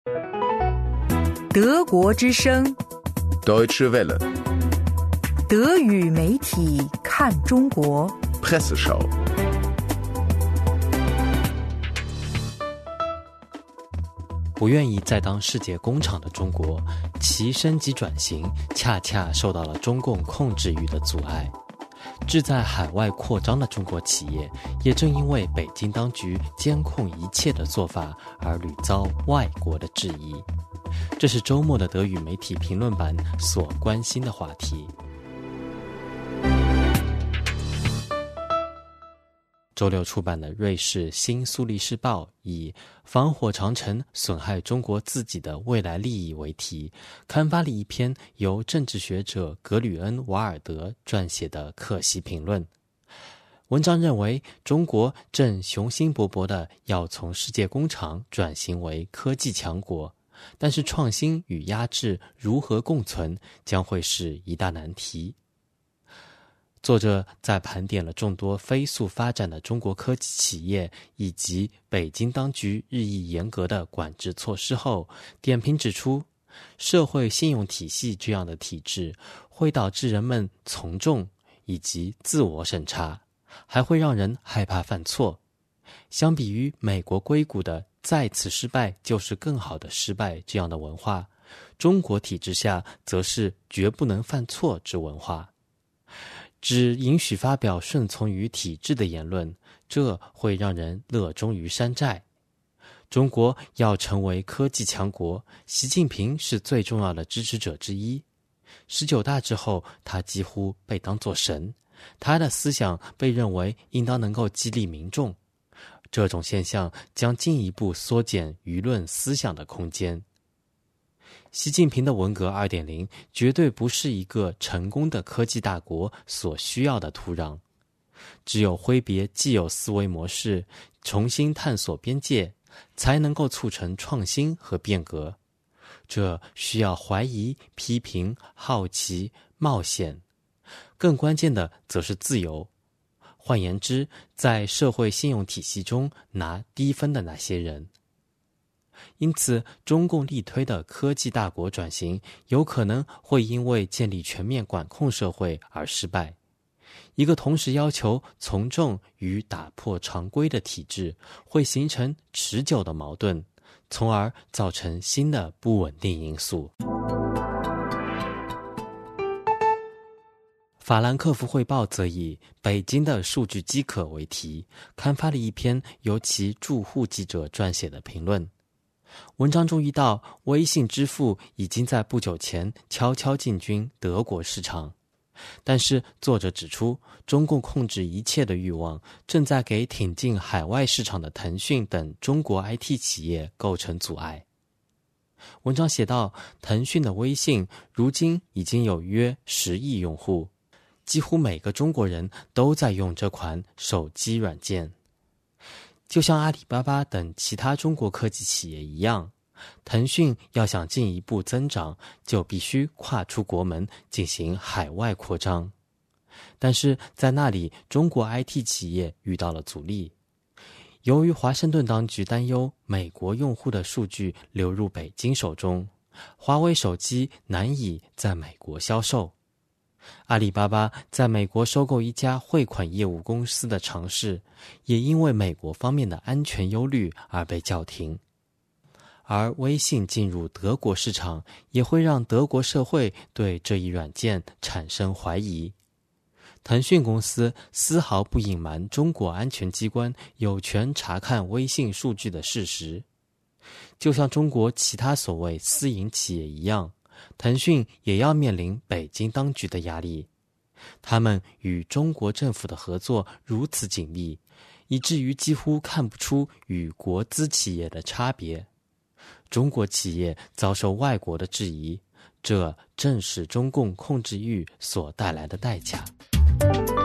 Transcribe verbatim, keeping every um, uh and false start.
德国之声 Deutsche Welle 德语媒体看中国 Presseschau。 不愿意再当世界工厂的中国，其升级转型恰恰受到了中共控制欲的阻碍。志在海外扩张的中国企业，也正因为北京当局监控一切的做法而屡遭外国的质疑。这是周末的德语媒体评论版所关心的话题。周六出版的瑞士新苏黎世报以防火长城损害中国自己的未来利益为题，刊发了一篇由政治学者格吕恩·瓦尔德撰写的可惜评论。文章认为，中国正雄心勃勃地要从世界工厂转型为科技强国，但是创新与压制如何共存，将会是一大难题。作者在盘点了众多飞速发展的中国科技企业以及北京当局日益严格的管制措施后，点评指出，社会信用体系这样的体制会导致人们从众以及自我审查，还会让人害怕犯错。相比于美国硅谷的再次失败就是更好的失败这样的文化，中国体制下则是绝不能犯错之文化。只允许发表顺从于体制的言论，这会让人乐衷于山寨。中国要成为科技强国，习近平是最重要的支持者之一。十九大之后，他几乎被当作神，他的思想被认为应当能够激励民众。这种现象将进一步缩减舆论思想的空间。习近平的文革 二点零 绝对不是一个成功的科技大国所需要的土壤。只有挥别既有思维模式，重新探索边界，才能够促成创新和变革。这需要怀疑、批评、好奇、冒险。更关键的则是自由。换言之，在社会信用体系中拿低分的那些人。因此，中共力推的科技大国转型有可能会因为建立全面管控社会而失败。一个同时要求从众与打破常规的体制，会形成持久的矛盾，从而造成新的不稳定因素。法兰克福汇报则以北京的数据饥渴为题，刊发了一篇由其驻沪记者撰写的评论。文章注意到，微信支付已经在不久前悄悄进军德国市场，但是作者指出，中共控制一切的欲望正在给挺进海外市场的腾讯等中国 I T 企业构成阻碍。文章写道，腾讯的微信如今已经有约十亿用户，几乎每个中国人都在用这款手机软件。就像阿里巴巴等其他中国科技企业一样，腾讯要想进一步增长，就必须跨出国门进行海外扩张。但是在那里，中国 I T 企业遇到了阻力。由于华盛顿当局担忧美国用户的数据流入北京手中，华为手机难以在美国销售。阿里巴巴在美国收购一家汇款业务公司的尝试，也因为美国方面的安全忧虑而被叫停。而微信进入德国市场，也会让德国社会对这一软件产生怀疑。腾讯公司丝毫不隐瞒中国安全机关有权查看微信数据的事实。就像中国其他所谓私营企业一样，腾讯也要面临北京当局的压力。他们与中国政府的合作如此紧密，以至于几乎看不出与国资企业的差别。中国企业遭受外国的质疑，这正是中共控制欲所带来的代价。